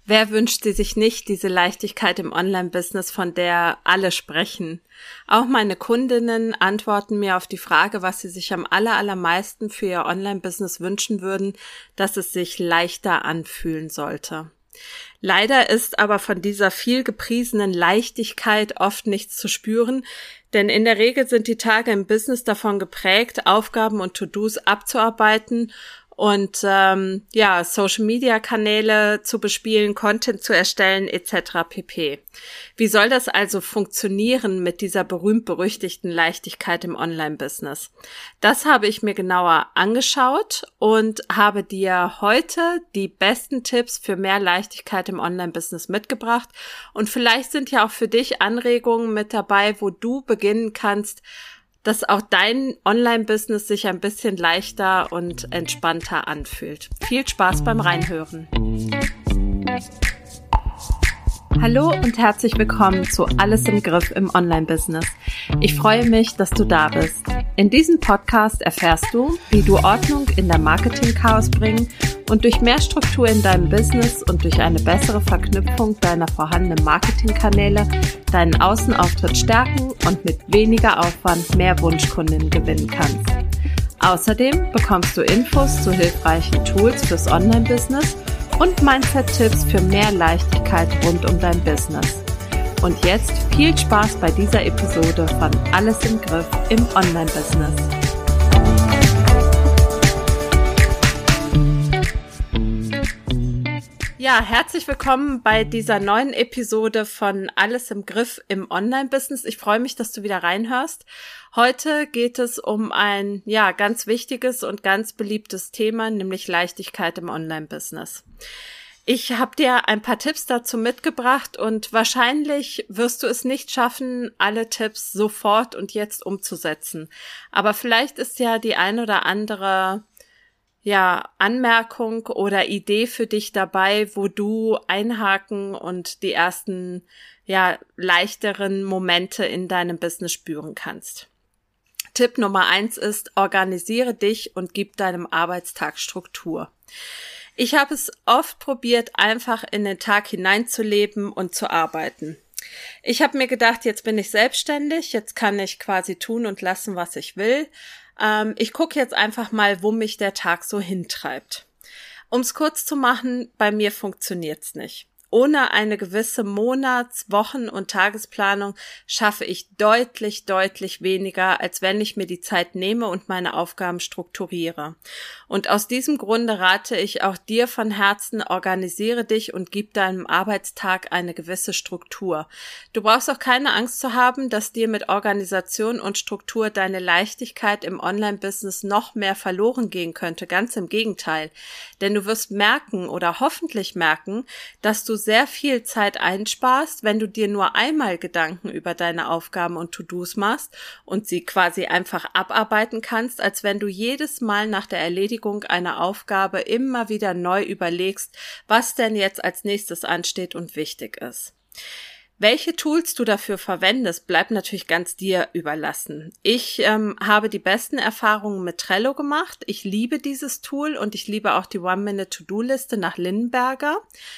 Wer wünscht sie sich nicht, diese Leichtigkeit im Online-Business, von der alle sprechen? Auch meine Kundinnen antworten mir auf die Frage, was sie sich am allermeisten für ihr Online-Business wünschen würden, dass es sich leichter anfühlen sollte. Leider ist aber von dieser viel gepriesenen Leichtigkeit oft nichts zu spüren, denn in der Regel sind die Tage im Business davon geprägt, Aufgaben und To-Dos abzuarbeiten und Social-Media-Kanäle zu bespielen, Content zu erstellen etc. pp. Wie soll das also funktionieren mit dieser berühmt-berüchtigten Leichtigkeit im Online-Business? Das habe ich mir genauer angeschaut und habe dir heute die besten Tipps für mehr Leichtigkeit im Online-Business mitgebracht. Und vielleicht sind ja auch für dich Anregungen mit dabei, wo du beginnen kannst, dass auch dein Online-Business sich ein bisschen leichter und entspannter anfühlt. Viel Spaß beim Reinhören. Hallo und herzlich willkommen zu Alles im Griff im Online-Business. Ich freue mich, dass du da bist. In diesem Podcast erfährst du, wie du Ordnung in der Marketing-Chaos bringen und durch mehr Struktur in deinem Business und durch eine bessere Verknüpfung deiner vorhandenen Marketingkanäle deinen Außenauftritt stärken und mit weniger Aufwand mehr Wunschkunden gewinnen kannst. Außerdem bekommst du Infos zu hilfreichen Tools fürs Online-Business und Mindset-Tipps für mehr Leichtigkeit rund um dein Business. Und jetzt viel Spaß bei dieser Episode von Alles im Griff im Online-Business. Ja, herzlich willkommen bei dieser neuen Episode von Alles im Griff im Online-Business. Ich freue mich, dass du wieder reinhörst. Heute geht es um ein ganz wichtiges und ganz beliebtes Thema, nämlich Leichtigkeit im Online-Business. Ich habe dir ein paar Tipps dazu mitgebracht und wahrscheinlich wirst du es nicht schaffen, alle Tipps sofort und jetzt umzusetzen. Aber vielleicht ist ja die ein oder andere Anmerkung oder Idee für dich dabei, wo du einhaken und die ersten leichteren Momente in deinem Business spüren kannst. Tipp Nummer 1 ist, organisiere dich und gib deinem Arbeitstag Struktur. Ich habe es oft probiert, einfach in den Tag hineinzuleben und zu arbeiten. Ich habe mir gedacht, jetzt bin ich selbstständig, jetzt kann ich quasi tun und lassen, was ich will. Ich gucke jetzt einfach mal, wo mich der Tag so hintreibt. Um es kurz zu machen, bei mir funktioniert's nicht. Ohne eine gewisse Monats-, Wochen- und Tagesplanung schaffe ich deutlich weniger, als wenn ich mir die Zeit nehme und meine Aufgaben strukturiere. Und aus diesem Grunde rate ich auch dir von Herzen, organisiere dich und gib deinem Arbeitstag eine gewisse Struktur. Du brauchst auch keine Angst zu haben, dass dir mit Organisation und Struktur deine Leichtigkeit im Online-Business noch mehr verloren gehen könnte. Ganz im Gegenteil. Denn du wirst merken oder hoffentlich merken, dass du sehr viel Zeit einsparst, wenn du dir nur einmal Gedanken über deine Aufgaben und To-Dos machst und sie quasi einfach abarbeiten kannst, als wenn du jedes Mal nach der Erledigung einer Aufgabe immer wieder neu überlegst, was denn jetzt als nächstes ansteht und wichtig ist. Welche Tools du dafür verwendest, bleibt natürlich ganz dir überlassen. Ich habe die besten Erfahrungen mit Trello gemacht. Ich liebe dieses Tool und ich liebe auch die One-Minute-To-Do-Liste nach Linnenberger.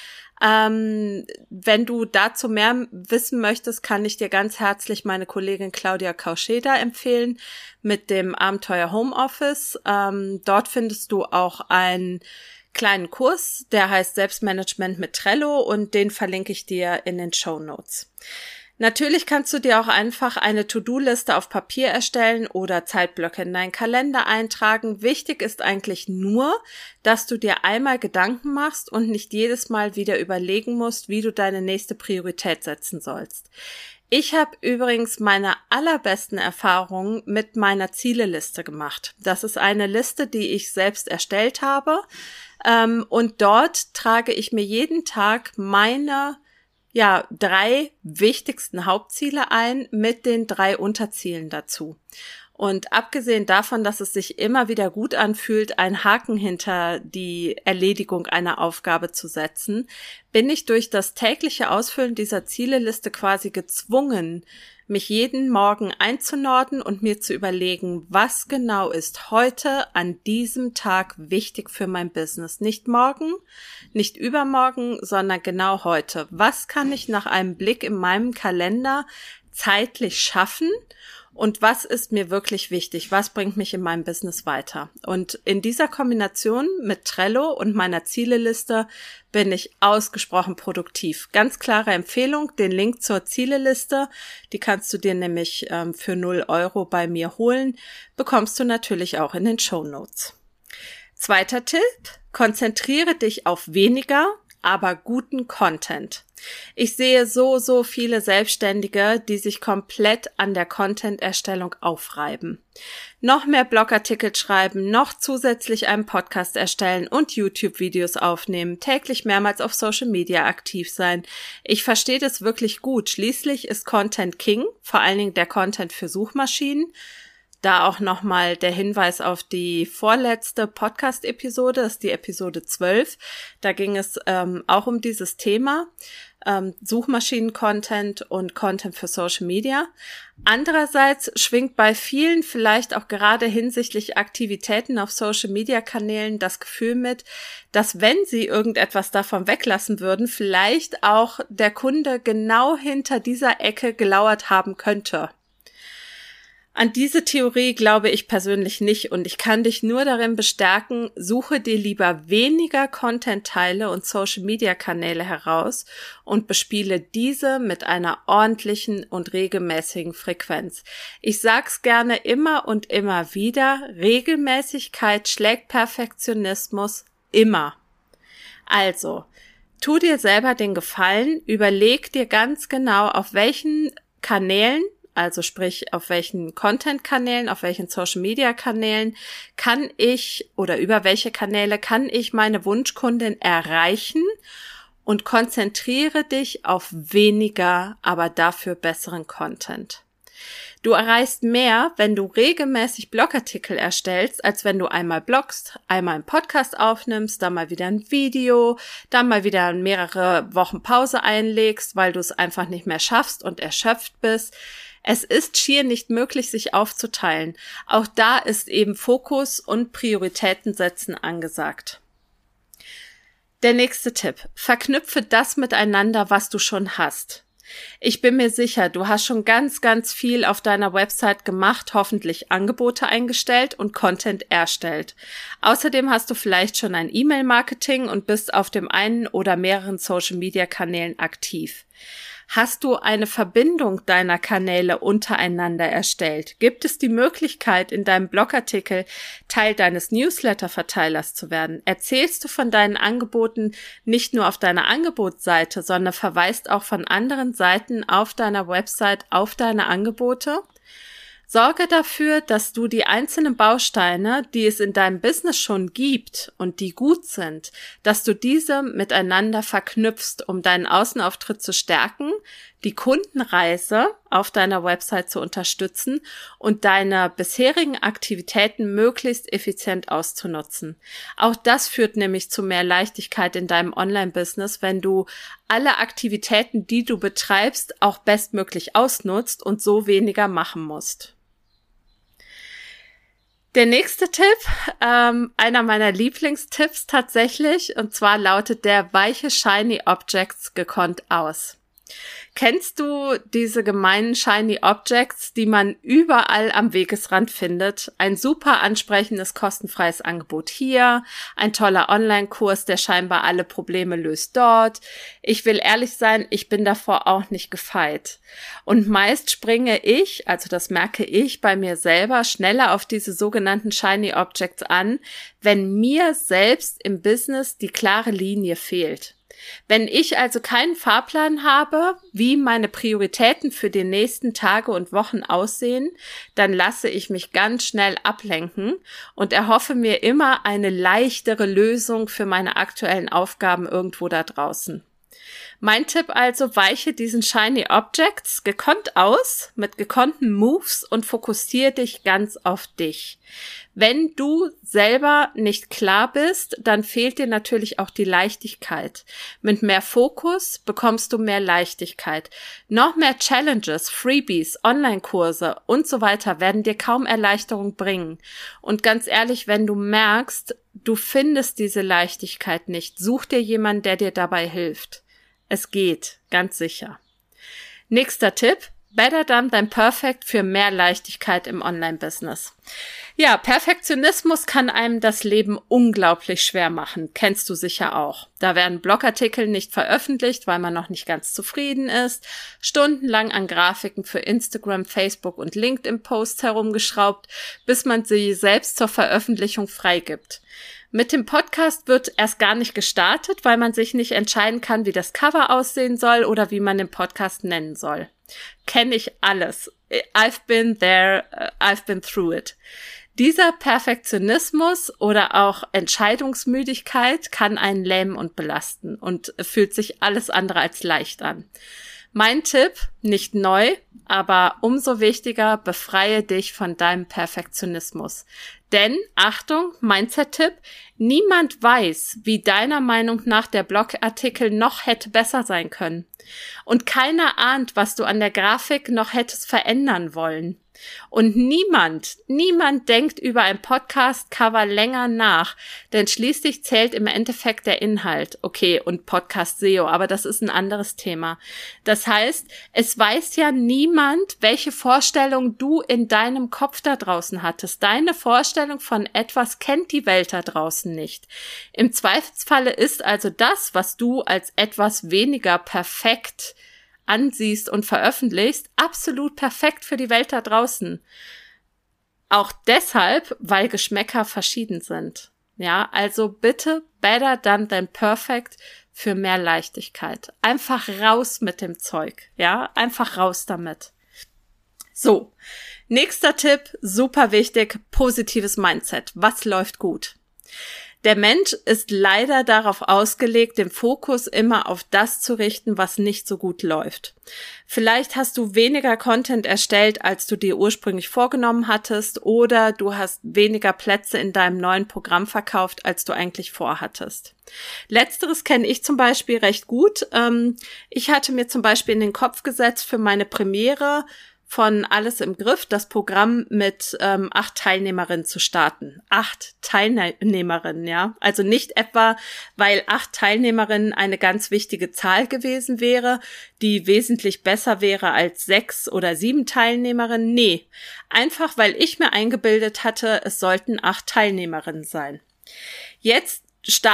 Wenn du dazu mehr wissen möchtest, kann ich dir ganz herzlich meine Kollegin Claudia Kauscheda empfehlen mit dem Abenteuer Homeoffice. Dort findest du auch einen kleinen Kurs, der heißt Selbstmanagement mit Trello und den verlinke ich dir in den Shownotes. Natürlich kannst du dir auch einfach eine To-Do-Liste auf Papier erstellen oder Zeitblöcke in deinen Kalender eintragen. Wichtig ist eigentlich nur, dass du dir einmal Gedanken machst und nicht jedes Mal wieder überlegen musst, wie du deine nächste Priorität setzen sollst. Ich habe übrigens meine allerbesten Erfahrungen mit meiner Zieleliste gemacht. Das ist eine Liste, die ich selbst erstellt habe. Und dort trage ich mir jeden Tag meine 3 wichtigsten Hauptziele ein mit den 3 Unterzielen dazu. Und abgesehen davon, dass es sich immer wieder gut anfühlt, einen Haken hinter die Erledigung einer Aufgabe zu setzen, bin ich durch das tägliche Ausfüllen dieser Zieleliste quasi gezwungen, mich jeden Morgen einzunorden und mir zu überlegen, was genau ist heute an diesem Tag wichtig für mein Business. Nicht morgen, nicht übermorgen, sondern genau heute. Was kann ich nach einem Blick in meinem Kalender zeitlich schaffen? Und was ist mir wirklich wichtig? Was bringt mich in meinem Business weiter? Und in dieser Kombination mit Trello und meiner Zieleliste bin ich ausgesprochen produktiv. Ganz klare Empfehlung, den Link zur Zieleliste, die kannst du dir nämlich für 0 € bei mir holen, bekommst du natürlich auch in den Shownotes. Zweiter Tipp, konzentriere dich auf weniger, aber guten Content. Ich sehe so viele Selbstständige, die sich komplett an der Content-Erstellung aufreiben. Noch mehr Blogartikel schreiben, noch zusätzlich einen Podcast erstellen und YouTube-Videos aufnehmen, täglich mehrmals auf Social Media aktiv sein. Ich verstehe das wirklich gut. Schließlich ist Content King, vor allen Dingen der Content für Suchmaschinen. Da auch nochmal der Hinweis auf die vorletzte Podcast-Episode, das ist die Episode 12. Da ging es auch um dieses Thema, Suchmaschinen-Content und Content für Social Media. Andererseits schwingt bei vielen vielleicht auch gerade hinsichtlich Aktivitäten auf Social-Media-Kanälen das Gefühl mit, dass wenn sie irgendetwas davon weglassen würden, vielleicht auch der Kunde genau hinter dieser Ecke gelauert haben könnte. An diese Theorie glaube ich persönlich nicht und ich kann dich nur darin bestärken, suche dir lieber weniger Content-Teile und Social-Media-Kanäle heraus und bespiele diese mit einer ordentlichen und regelmäßigen Frequenz. Ich sag's gerne immer und immer wieder, Regelmäßigkeit schlägt Perfektionismus immer. Also, tu dir selber den Gefallen, überleg dir ganz genau, auf welchen Kanälen, also sprich, auf welchen Content-Kanälen, auf welchen Social-Media-Kanälen kann ich oder über welche Kanäle kann ich meine Wunschkundin erreichen und konzentriere dich auf weniger, aber dafür besseren Content. Du erreichst mehr, wenn du regelmäßig Blogartikel erstellst, als wenn du einmal bloggst, einmal einen Podcast aufnimmst, dann mal wieder ein Video, dann mal wieder mehrere Wochen Pause einlegst, weil du es einfach nicht mehr schaffst und erschöpft bist. Es ist schier nicht möglich, sich aufzuteilen. Auch da ist eben Fokus und Prioritäten setzen angesagt. Der nächste Tipp. Verknüpfe das miteinander, was du schon hast. Ich bin mir sicher, du hast schon ganz viel auf deiner Website gemacht, hoffentlich Angebote eingestellt und Content erstellt. Außerdem hast du vielleicht schon ein E-Mail-Marketing und bist auf dem einen oder mehreren Social-Media-Kanälen aktiv. Hast du eine Verbindung deiner Kanäle untereinander erstellt? Gibt es die Möglichkeit, in deinem Blogartikel Teil deines Newsletter-Verteilers zu werden? Erzählst du von deinen Angeboten nicht nur auf deiner Angebotsseite, sondern verweist auch von anderen Seiten auf deiner Website auf deine Angebote? Sorge dafür, dass du die einzelnen Bausteine, die es in deinem Business schon gibt und die gut sind, dass du diese miteinander verknüpfst, um deinen Außenauftritt zu stärken, die Kundenreise auf deiner Website zu unterstützen und deine bisherigen Aktivitäten möglichst effizient auszunutzen. Auch das führt nämlich zu mehr Leichtigkeit in deinem Online-Business, wenn du alle Aktivitäten, die du betreibst, auch bestmöglich ausnutzt und so weniger machen musst. Der nächste Tipp, einer meiner Lieblingstipps tatsächlich, und zwar lautet der: weiche Shiny Objects gekonnt aus. Kennst du diese gemeinen Shiny Objects, die man überall am Wegesrand findet? Ein super ansprechendes, kostenfreies Angebot hier, ein toller Online-Kurs, der scheinbar alle Probleme löst dort. Ich will ehrlich sein, ich bin davor auch nicht gefeit. Und meist springe ich, also das merke ich bei mir selber, schneller auf diese sogenannten Shiny Objects an, wenn mir selbst im Business die klare Linie fehlt. Wenn ich also keinen Fahrplan habe, wie meine Prioritäten für die nächsten Tage und Wochen aussehen, dann lasse ich mich ganz schnell ablenken und erhoffe mir immer eine leichtere Lösung für meine aktuellen Aufgaben irgendwo da draußen. Mein Tipp also: weiche diesen Shiny Objects gekonnt aus, mit gekonnten Moves und fokussiere dich ganz auf dich. Wenn du selber nicht klar bist, dann fehlt dir natürlich auch die Leichtigkeit. Mit mehr Fokus bekommst du mehr Leichtigkeit. Noch mehr Challenges, Freebies, Online-Kurse und so weiter werden dir kaum Erleichterung bringen. Und ganz ehrlich, wenn du merkst, du findest diese Leichtigkeit nicht, such dir jemanden, der dir dabei hilft. Es geht, ganz sicher. Nächster Tipp: Better Done Than Perfect für mehr Leichtigkeit im Online-Business. Ja, Perfektionismus kann einem das Leben unglaublich schwer machen. Kennst du sicher auch. Da werden Blogartikel nicht veröffentlicht, weil man noch nicht ganz zufrieden ist. Stundenlang an Grafiken für Instagram, Facebook und LinkedIn-Posts herumgeschraubt, bis man sie selbst zur Veröffentlichung freigibt. Mit dem Podcast wird erst gar nicht gestartet, weil man sich nicht entscheiden kann, wie das Cover aussehen soll oder wie man den Podcast nennen soll. Kenne ich alles. I've been there, I've been through it. Dieser Perfektionismus oder auch Entscheidungsmüdigkeit kann einen lähmen und belasten und fühlt sich alles andere als leicht an. Mein Tipp, nicht neu, aber umso wichtiger, befreie dich von deinem Perfektionismus. Denn, Achtung, Mindset-Tipp, niemand weiß, wie deiner Meinung nach der Blogartikel noch hätte besser sein können. Und keiner ahnt, was du an der Grafik noch hättest verändern wollen. Und niemand denkt über ein Podcast-Cover länger nach, denn schließlich zählt im Endeffekt der Inhalt. Okay, und Podcast-SEO, aber das ist ein anderes Thema. Das heißt, es weiß ja niemand, welche Vorstellung du in deinem Kopf da draußen hattest. Deine Vorstellung von etwas kennt die Welt da draußen nicht. Im Zweifelsfalle ist also das, was du als etwas weniger perfekt ansiehst und veröffentlichst, absolut perfekt für die Welt da draußen. Auch deshalb, weil Geschmäcker verschieden sind. Ja, also bitte better done than perfect für mehr Leichtigkeit. Einfach raus mit dem Zeug. Ja, einfach raus damit. So, nächster Tipp, super wichtig, positives Mindset. Was läuft gut? Der Mensch ist leider darauf ausgelegt, den Fokus immer auf das zu richten, was nicht so gut läuft. Vielleicht hast du weniger Content erstellt, als du dir ursprünglich vorgenommen hattest, oder du hast weniger Plätze in deinem neuen Programm verkauft, als du eigentlich vorhattest. Letzteres kenne ich zum Beispiel recht gut. Ich hatte mir zum Beispiel in den Kopf gesetzt, für meine Premiere von Alles im Griff, das Programm mit 8 Teilnehmerinnen zu starten. 8 Teilnehmerinnen, ja. Also nicht etwa, weil 8 Teilnehmerinnen eine ganz wichtige Zahl gewesen wäre, die wesentlich besser wäre als 6 oder 7 Teilnehmerinnen. Nee, einfach weil ich mir eingebildet hatte, es sollten 8 Teilnehmerinnen sein. Jetzt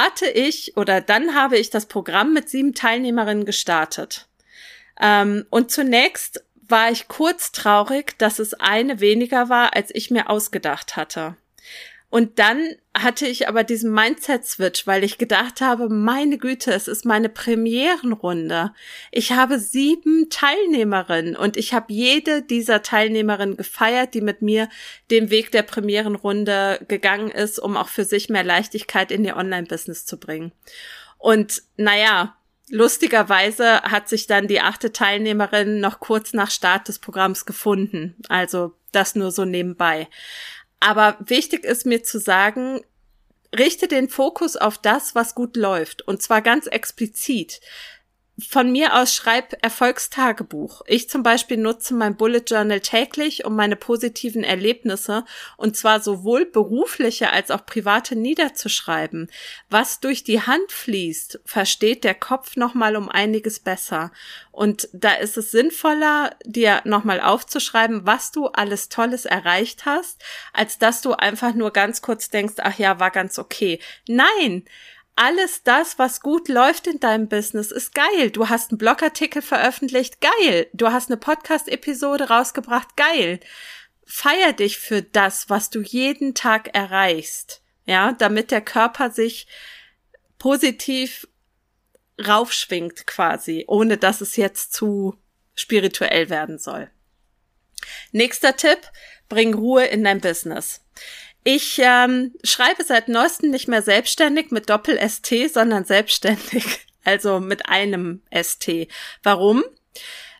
dann habe ich das Programm mit 7 Teilnehmerinnen gestartet. Und zunächst war ich kurz traurig, dass es eine weniger war, als ich mir ausgedacht hatte. Und dann hatte ich aber diesen Mindset-Switch, weil ich gedacht habe, meine Güte, es ist meine Premierenrunde. Ich habe 7 Teilnehmerinnen und ich habe jede dieser Teilnehmerinnen gefeiert, die mit mir den Weg der Premierenrunde gegangen ist, um auch für sich mehr Leichtigkeit in ihr Online-Business zu bringen. Und naja, lustigerweise hat sich dann die 8. Teilnehmerin noch kurz nach Start des Programms gefunden. Also das nur so nebenbei. Aber wichtig ist mir zu sagen, richte den Fokus auf das, was gut läuft. Und zwar ganz explizit. Von mir aus schreib Erfolgstagebuch. Ich zum Beispiel nutze mein Bullet Journal täglich, um meine positiven Erlebnisse, und zwar sowohl berufliche als auch private, niederzuschreiben. Was durch die Hand fließt, versteht der Kopf nochmal um einiges besser. Und da ist es sinnvoller, dir nochmal aufzuschreiben, was du alles Tolles erreicht hast, als dass du einfach nur ganz kurz denkst, ach ja, war ganz okay. Nein! Alles das, was gut läuft in deinem Business, ist geil. Du hast einen Blogartikel veröffentlicht, geil. Du hast eine Podcast-Episode rausgebracht, geil. Feier dich für das, was du jeden Tag erreichst, ja, damit der Körper sich positiv raufschwingt quasi, ohne dass es jetzt zu spirituell werden soll. Nächster Tipp, bring Ruhe in dein Business. Ich schreibe seit neuestem nicht mehr selbstständig mit Doppel-ST, sondern selbstständig, also mit einem ST. Warum?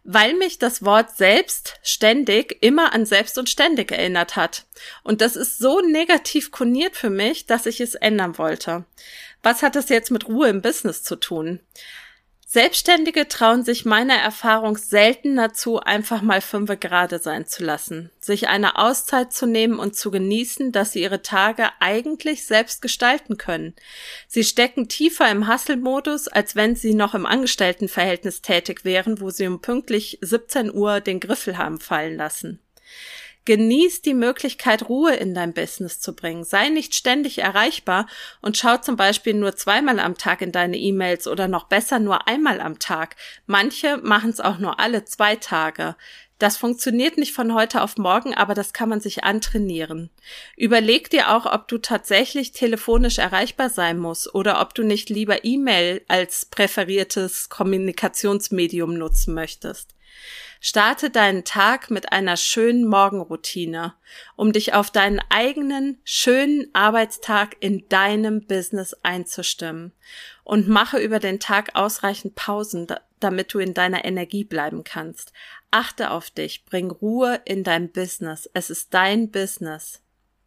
weil mich das Wort selbstständig immer an selbst und ständig erinnert hat. Und das ist so negativ konniert für mich, dass ich es ändern wollte. Was hat das jetzt mit Ruhe im Business zu tun? Selbstständige trauen sich meiner Erfahrung selten dazu, einfach mal 5 gerade sein zu lassen, sich eine Auszeit zu nehmen und zu genießen, dass sie ihre Tage eigentlich selbst gestalten können. Sie stecken tiefer im Hustle-Modus, als wenn sie noch im Angestelltenverhältnis tätig wären, wo sie um pünktlich 17 Uhr den Griffel haben fallen lassen. Genieß die Möglichkeit, Ruhe in dein Business zu bringen. Sei nicht ständig erreichbar und schau zum Beispiel nur 2-mal am Tag in deine E-Mails oder noch besser nur 1-mal am Tag. Manche machen es auch nur alle 2 Tage. Das funktioniert nicht von heute auf morgen, aber das kann man sich antrainieren. Überleg dir auch, ob du tatsächlich telefonisch erreichbar sein musst oder ob du nicht lieber E-Mail als präferiertes Kommunikationsmedium nutzen möchtest. Starte deinen Tag mit einer schönen Morgenroutine, um dich auf deinen eigenen, schönen Arbeitstag in deinem Business einzustimmen. Und mache über den Tag ausreichend Pausen, damit du in deiner Energie bleiben kannst. Achte auf dich, bring Ruhe in dein Business. Es ist dein Business.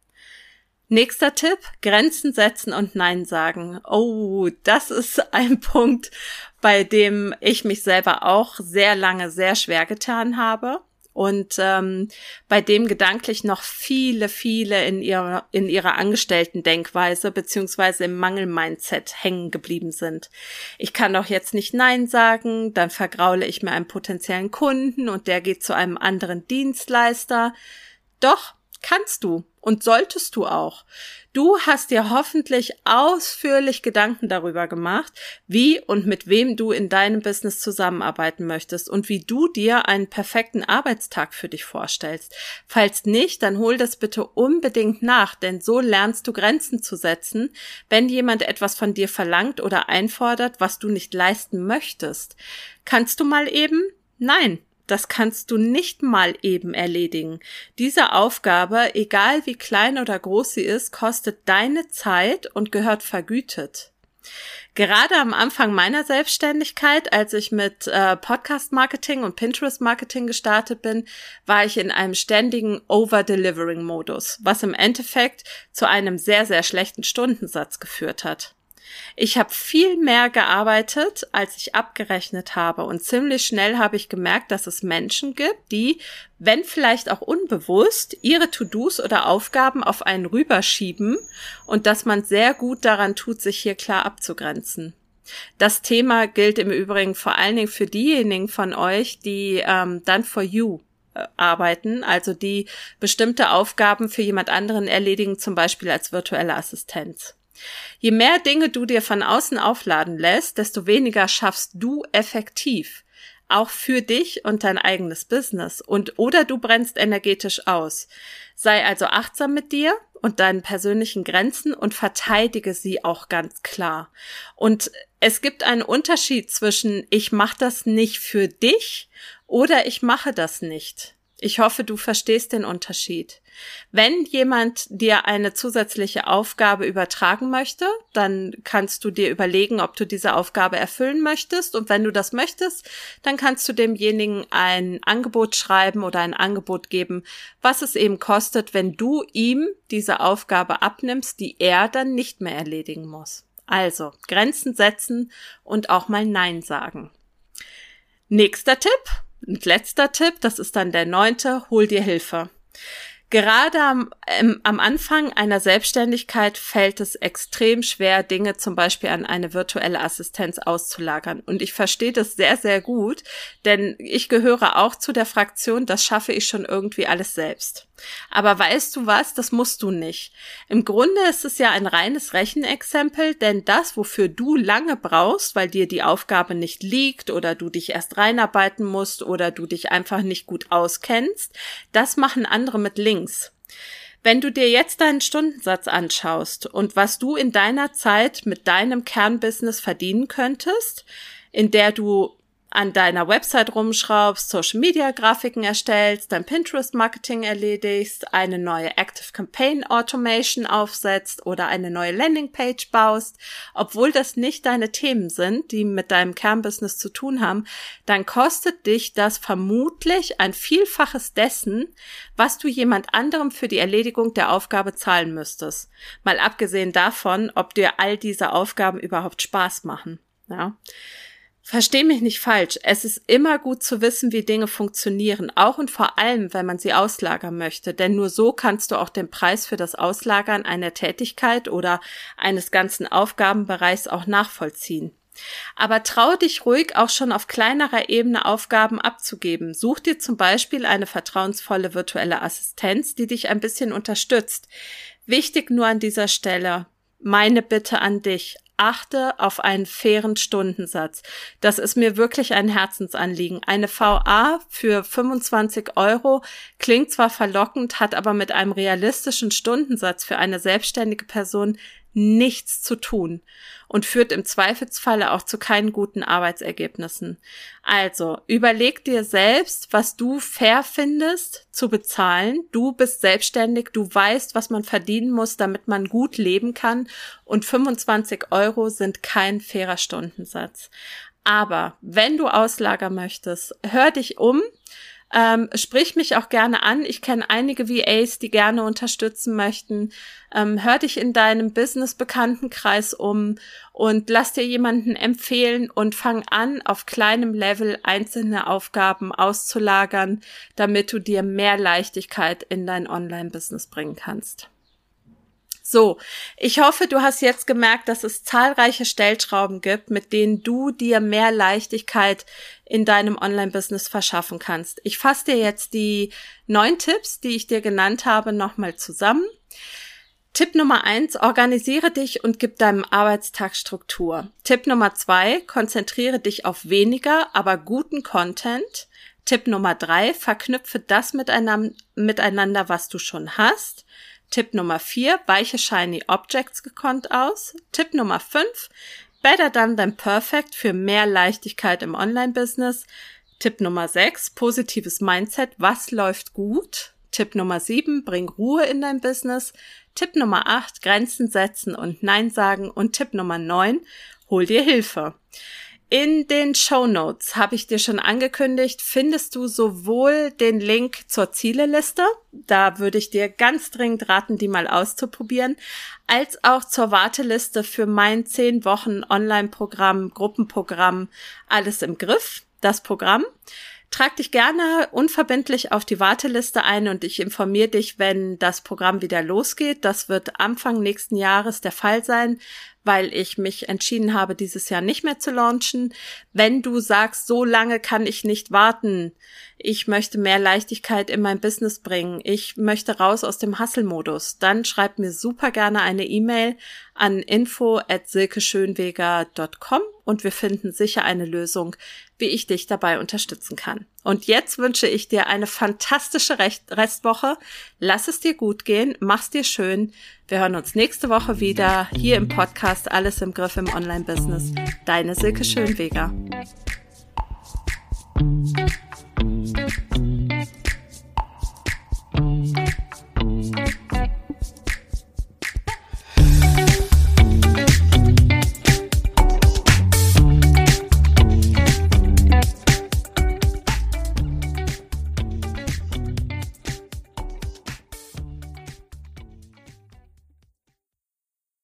Nächster Tipp, Grenzen setzen und Nein sagen. Oh, das ist ein Punkt, bei dem ich mich selber auch sehr lange sehr schwer getan habe und bei dem gedanklich noch viele in ihrer Angestellten-Denkweise beziehungsweise im Mangel-Mindset hängen geblieben sind. Ich kann doch jetzt nicht Nein sagen, dann vergraule ich mir einen potenziellen Kunden und der geht zu einem anderen Dienstleister. Doch, kannst du und solltest du auch. Du hast dir hoffentlich ausführlich Gedanken darüber gemacht, wie und mit wem du in deinem Business zusammenarbeiten möchtest und wie du dir einen perfekten Arbeitstag für dich vorstellst. Falls nicht, dann hol das bitte unbedingt nach, denn so lernst du Grenzen zu setzen, wenn jemand etwas von dir verlangt oder einfordert, was du nicht leisten möchtest. Kannst du mal eben? Nein. Das kannst du nicht mal eben erledigen. Diese Aufgabe, egal wie klein oder groß sie ist, kostet deine Zeit und gehört vergütet. Gerade am Anfang meiner Selbstständigkeit, als ich mit Podcast-Marketing und Pinterest-Marketing gestartet bin, war ich in einem ständigen Over-Delivering-Modus, was im Endeffekt zu einem sehr schlechten Stundensatz geführt hat. Ich habe viel mehr gearbeitet, als ich abgerechnet habe und ziemlich schnell habe ich gemerkt, dass es Menschen gibt, die, wenn vielleicht auch unbewusst, ihre To-Dos oder Aufgaben auf einen rüberschieben und dass man sehr gut daran tut, sich hier klar abzugrenzen. Das Thema gilt im Übrigen vor allen Dingen für diejenigen von euch, die Done for You arbeiten, also die bestimmte Aufgaben für jemand anderen erledigen, zum Beispiel als virtuelle Assistenz. Je mehr Dinge du dir von außen aufladen lässt, desto weniger schaffst du effektiv, auch für dich und dein eigenes Business oder du brennst energetisch aus. Sei also achtsam mit dir und deinen persönlichen Grenzen und verteidige sie auch ganz klar. Und es gibt einen Unterschied zwischen ich mache das nicht für dich oder ich mache das nicht. Ich hoffe, du verstehst den Unterschied. Wenn jemand dir eine zusätzliche Aufgabe übertragen möchte, dann kannst du dir überlegen, ob du diese Aufgabe erfüllen möchtest. Und wenn du das möchtest, dann kannst du demjenigen ein Angebot schreiben oder ein Angebot geben, was es eben kostet, wenn du ihm diese Aufgabe abnimmst, die er dann nicht mehr erledigen muss. Also, Grenzen setzen und auch mal Nein sagen. Nächster Tipp. Und letzter Tipp, das ist dann der 9., hol dir Hilfe. Gerade am Anfang einer Selbstständigkeit fällt es extrem schwer, Dinge zum Beispiel an eine virtuelle Assistenz auszulagern. Und ich verstehe das sehr gut, denn ich gehöre auch zu der Fraktion, das schaffe ich schon irgendwie alles selbst. Aber weißt du was, das musst du nicht. Im Grunde ist es ja ein reines Rechenexempel, denn das, wofür du lange brauchst, weil dir die Aufgabe nicht liegt oder du dich erst reinarbeiten musst oder du dich einfach nicht gut auskennst, das machen andere mit links. Wenn du dir jetzt deinen Stundensatz anschaust und was du in deiner Zeit mit deinem Kernbusiness verdienen könntest, in der du an deiner Website rumschraubst, Social-Media-Grafiken erstellst, dein Pinterest-Marketing erledigst, eine neue Active Campaign Automation aufsetzt oder eine neue Landingpage baust, obwohl das nicht deine Themen sind, die mit deinem Kernbusiness zu tun haben, dann kostet dich das vermutlich ein Vielfaches dessen, was du jemand anderem für die Erledigung der Aufgabe zahlen müsstest. Mal abgesehen davon, ob dir all diese Aufgaben überhaupt Spaß machen. Ja. Versteh mich nicht falsch, es ist immer gut zu wissen, wie Dinge funktionieren, auch und vor allem, wenn man sie auslagern möchte, denn nur so kannst du auch den Preis für das Auslagern einer Tätigkeit oder eines ganzen Aufgabenbereichs auch nachvollziehen. Aber trau dich ruhig auch schon auf kleinerer Ebene Aufgaben abzugeben. Such dir zum Beispiel eine vertrauensvolle virtuelle Assistenz, die dich ein bisschen unterstützt. Wichtig nur an dieser Stelle, meine Bitte an dich. Achte auf einen fairen Stundensatz. Das ist mir wirklich ein Herzensanliegen. Eine VA für 25 € klingt zwar verlockend, hat aber mit einem realistischen Stundensatz für eine selbstständige Person nichts zu tun und führt im Zweifelsfalle auch zu keinen guten Arbeitsergebnissen. Also, überleg dir selbst, was du fair findest zu bezahlen. Du bist selbstständig, du weißt, was man verdienen muss, damit man gut leben kann, und 25 € sind kein fairer Stundensatz. Aber wenn du auslagern möchtest, hör dich um. Sprich mich auch gerne an. Ich kenne einige VAs, die gerne unterstützen möchten. Hör dich in deinem Business-Bekanntenkreis um und lass dir jemanden empfehlen und fang an, auf kleinem Level einzelne Aufgaben auszulagern, damit du dir mehr Leichtigkeit in dein Online-Business bringen kannst. So, ich hoffe, du hast jetzt gemerkt, dass es zahlreiche Stellschrauben gibt, mit denen du dir mehr Leichtigkeit in deinem Online-Business verschaffen kannst. Ich fasse dir jetzt die 9 Tipps, die ich dir genannt habe, nochmal zusammen. Tipp Nummer 1, organisiere dich und gib deinem Arbeitstag Struktur. Tipp Nummer 2, konzentriere dich auf weniger, aber guten Content. Tipp Nummer 3, verknüpfe das miteinander, was du schon hast. Tipp Nummer 4, weiche Shiny Objects gekonnt aus. Tipp Nummer 5, Better Done Than Perfect für mehr Leichtigkeit im Online-Business. Tipp Nummer 6, positives Mindset, was läuft gut. Tipp Nummer 7, bring Ruhe in dein Business. Tipp Nummer 8, Grenzen setzen und Nein sagen. Und Tipp Nummer 9, hol dir Hilfe. In den Shownotes habe ich dir schon angekündigt, findest du sowohl den Link zur Zieleliste, da würde ich dir ganz dringend raten, die mal auszuprobieren, als auch zur Warteliste für mein 10 Wochen Online-Programm, Gruppenprogramm, alles im Griff, das Programm. Trag dich gerne unverbindlich auf die Warteliste ein und ich informiere dich, wenn das Programm wieder losgeht. Das wird Anfang nächsten Jahres der Fall sein, weil ich mich entschieden habe, dieses Jahr nicht mehr zu launchen. Wenn du sagst, so lange kann ich nicht warten, ich möchte mehr Leichtigkeit in mein Business bringen, ich möchte raus aus dem Hustle-Modus, dann schreib mir super gerne eine E-Mail an info@silkeschönweger.com und wir finden sicher eine Lösung, wie ich dich dabei unterstützen kann. Und jetzt wünsche ich dir eine fantastische Restwoche. Lass es dir gut gehen, mach's dir schön. Wir hören uns nächste Woche wieder hier im Podcast Alles im Griff im Online-Business. Deine Silke Schönweger.